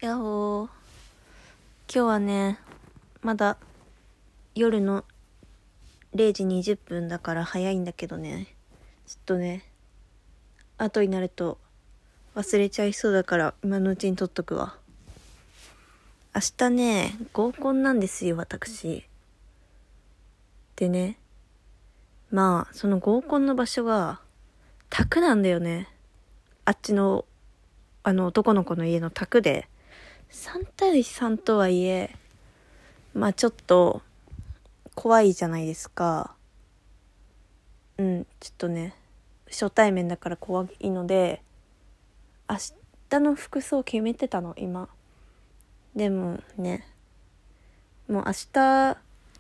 やっほー。今日はね、まだ夜の0時20分だから早いんだけどね。ちょっとね、後になると忘れちゃいそうだから今のうちに撮っとくわ。明日ね、合コンなんですよ、私。でね、まあ、その合コンの場所が宅なんだよね。あっちの、男の子の家の宅で、3対3とはいえ、まあちょっと怖いじゃないですか。ちょっとね、初対面だから怖いので、明日の服装決めてたの、今。でもね、もう明日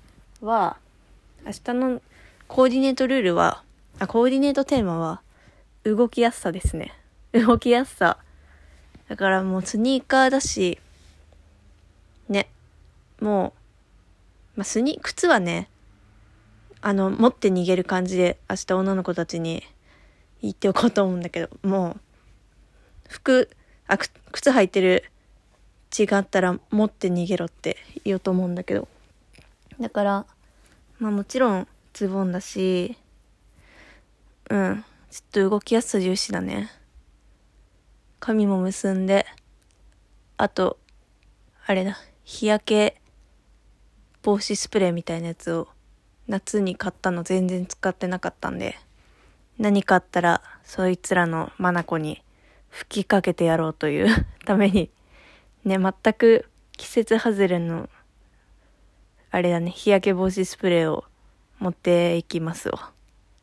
のコーディネートルールは、コーディネートテーマは、動きやすさですね。動きやすさ。だからもうスニーカーだし、ね、もう、靴はね、持って逃げる感じで明日女の子たちに言っておこうと思うんだけど、もう、靴履いてる違ったら持って逃げろって言おうと思うんだけど。だから、まあもちろんズボンだし、ちょっと動きやすさ重視だね。髪も結んで、あと、あれだ、日焼け防止スプレーみたいなやつを夏に買ったの全然使ってなかったんで、何かあったらそいつらのマナコに吹きかけてやろうというために、ね、全く季節外れの、あれだね、日焼け防止スプレーを持っていきますわ。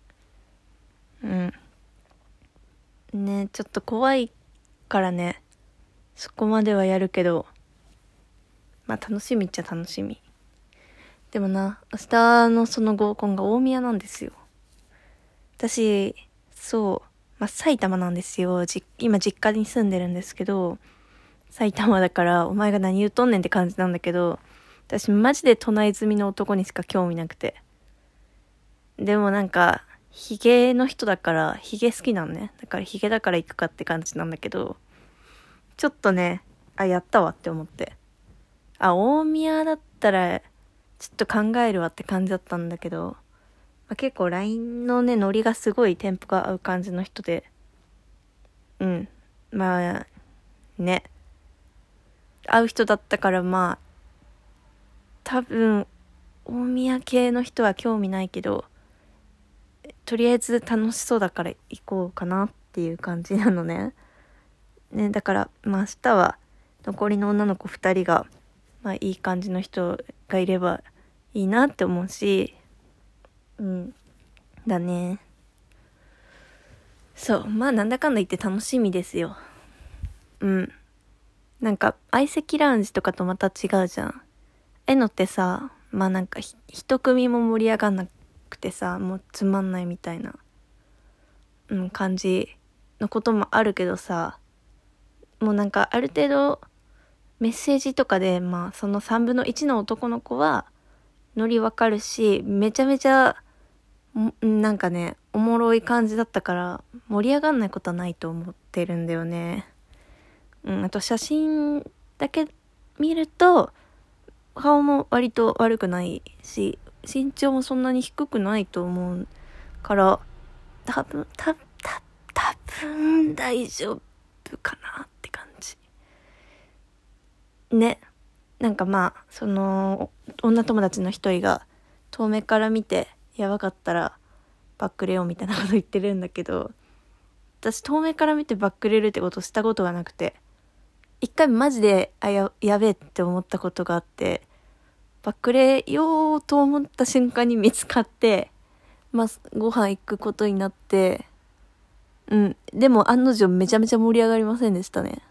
ね、ちょっと怖いからね、そこまではやるけど、まあ楽しみっちゃ楽しみ。でもな、明日のその合コンが大宮なんですよ。私、そう、埼玉なんですよ。今実家に住んでるんですけど、埼玉だからお前が何言うとんねんって感じなんだけど、私マジで都内済みの男にしか興味なくて。でもなんか、ヒゲの人だから、ヒゲ好きなのね。だからヒゲだから行くかって感じなんだけど、ちょっとね、やったわって思って。大宮だったら、ちょっと考えるわって感じだったんだけど、結構 LINE のね、ノリがすごいテンポが合う感じの人で、ね、合う人だったから多分、大宮系の人は興味ないけど、とりあえず楽しそうだから行こうかなっていう感じなのね。ね、だから明日は残りの女の子2人がいい感じの人がいればいいなって思うし、だね。そう、なんだかんだ言って楽しみですよ。なんか相席ラウンジとかとまた違うじゃん。のってさ、なんか一組も盛り上がんなくてさ、もうつまんないみたいな、感じのこともあるけどさ、もうなんかある程度メッセージとかで、その3分の1の男の子はノリわかるし、めちゃめちゃなんかね、おもろい感じだったから盛り上がんないことはないと思ってるんだよね。あと写真だけ見ると顔も割と悪くないし、身長もそんなに低くないと思うから、多分大丈夫かなって感じ。ね。なんかその、女友達の一人が遠目から見てやばかったらバックレようみたいなこと言ってるんだけど、私遠目から見てバックレるってことしたことがなくて、一回マジでやべえって思ったことがあって、バックレようと思った瞬間に見つかって、ご飯行くことになって、でも案の定めちゃめちゃ盛り上がりませんでしたね。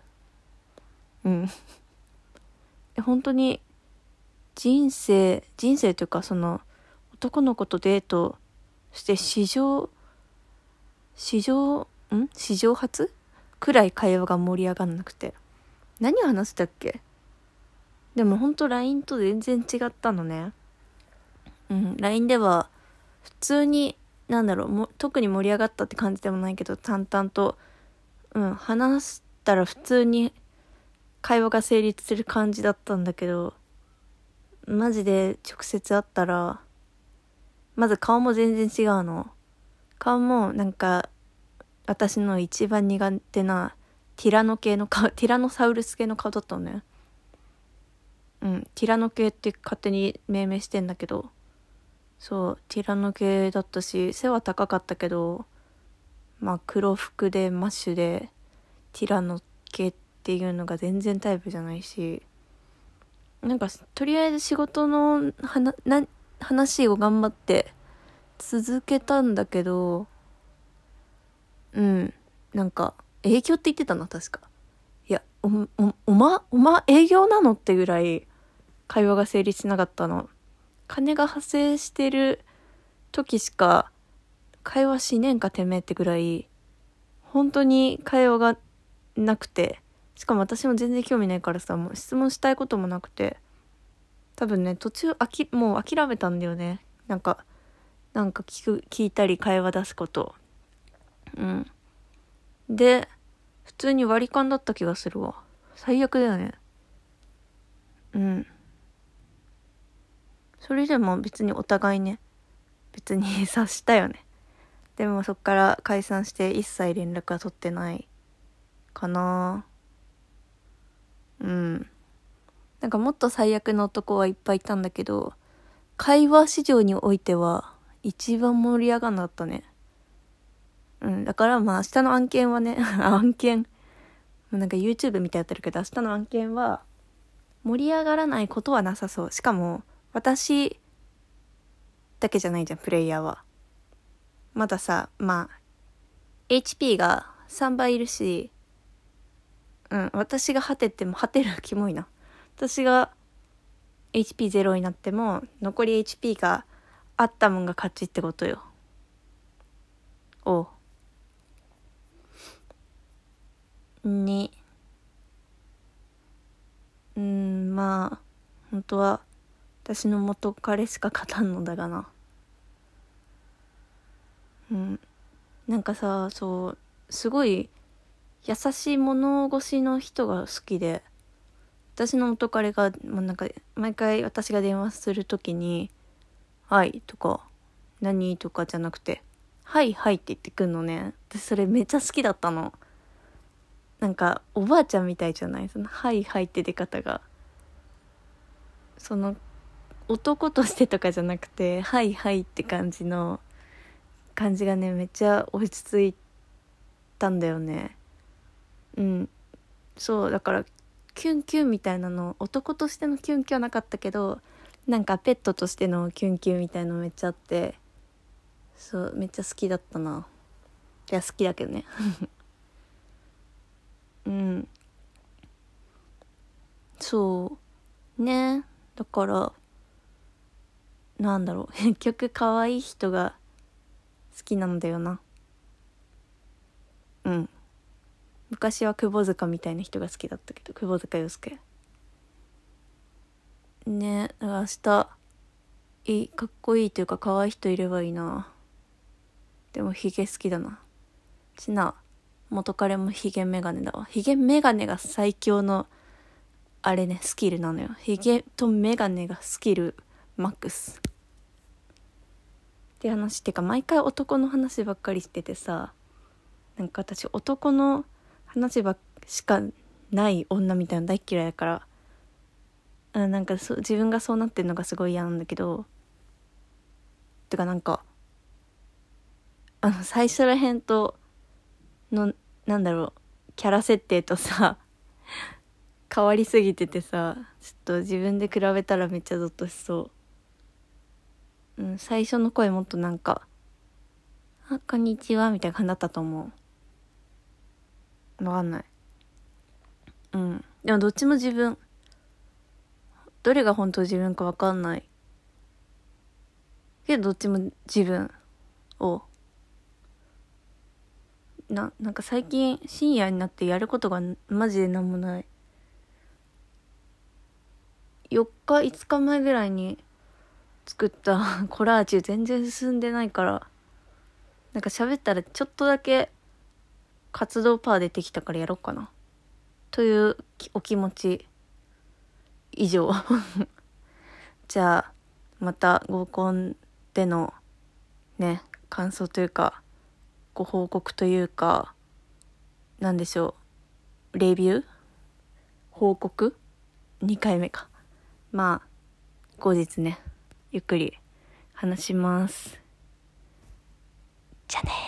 本当に人生というか、その男の子とデートして史上初くらい会話が盛り上がんなくて、何を話したっけ。でもほんと LINE と全然違ったのね。LINE では普通に特に盛り上がったって感じでもないけど、淡々と話したら普通に会話が成立する感じだったんだけど、マジで直接会ったら、まず顔も全然違うの。顔もなんか、私の一番苦手なティラノ系の顔、ティラノサウルス系の顔だったのね。ティラノ系って勝手に命名してんだけど、そう、ティラノ系だったし、背は高かったけど、まあ黒服でマッシュで、ティラノ系っていうのが全然タイプじゃないし、なんかとりあえず仕事の話を頑張って続けたんだけど、なんか営業って言ってたな、確か。いや、おま営業なのってぐらい会話が成立しなかったの。金が発生してる時しか会話しねえんかてめえってぐらい、本当に会話がなくて、しかも私も全然興味ないからさ、もう質問したいこともなくて、多分ね、途中もう諦めたんだよね。なんか聞いたり会話出すこと。で、普通に割り勘だった気がするわ。最悪だよね。それでも別にお互いね、別に察したよね。でもそっから解散して一切連絡は取ってないかな。なんかもっと最悪の男はいっぱいいたんだけど、会話市場においては一番盛り上がんなかったね。だからまあ明日の案件はね、案件、なんか YouTube みたいやってるけど、明日の案件は盛り上がらないことはなさそう。しかも私だけじゃないじゃん、プレイヤーは。まださ、まあ HP が3倍いるし、私が果てても、果てるキモいな。私が HP0 になっても残り HP があったもんが勝ちってことよ。まあ本当は私の元彼しか勝たんのだがな。なんかさ、そうすごい優しい物腰の人が好きで、私の元彼がもうなんか毎回私が電話するときにはいとか何とかじゃなくてはいはいって言ってくんのね。私それめっちゃ好きだったの。なんかおばあちゃんみたいじゃない、そのはいはいって出方が。その男としてとかじゃなくてはいはいって感じがね、めっちゃ落ち着いたんだよね。そうだからキュンキュンみたいなの、男としてのキュンキュンはなかったけど、なんかペットとしてのキュンキュンみたいのめっちゃあって、そうめっちゃ好きだったな。いや好きだけどね。そうね。だからなんだろう、結局可愛い人が好きなんだよな。昔は窪塚みたいな人が好きだったけど、窪塚洋介ね。だから明日かっこいいというか可愛い人いればいいな。でもヒゲ好きだな。元彼もヒゲメガネだわ。ヒゲメガネが最強のあれね、スキルなのよ。ヒゲとメガネがスキルマックスって話。ってか毎回男の話ばっかりしててさ、なんか私男の話しかない女みたいなの大嫌いだから、なんか自分がそうなってるのがすごい嫌なんだけど、てかなんか最初らへんとのなんだろう、キャラ設定とさ変わりすぎててさ、ちょっと自分で比べたらめっちゃゾッとしそう。最初の声もっとなんかこんにちはみたいな感じだったと思う。わかんない。でもどっちも自分、どれが本当自分かわかんないけど、どっちも自分をなんか最近深夜になってやることがマジでなんもない。4日5日前ぐらいに作ったコラージュ全然進んでないから、なんか喋ったらちょっとだけ活動パー出てきたからやろうかな。 というお気持ち以上じゃあまた合コンでのね感想というかご報告というかなんでしょう、レビュー報告2回目か、まあ後日ねゆっくり話します。じゃあね。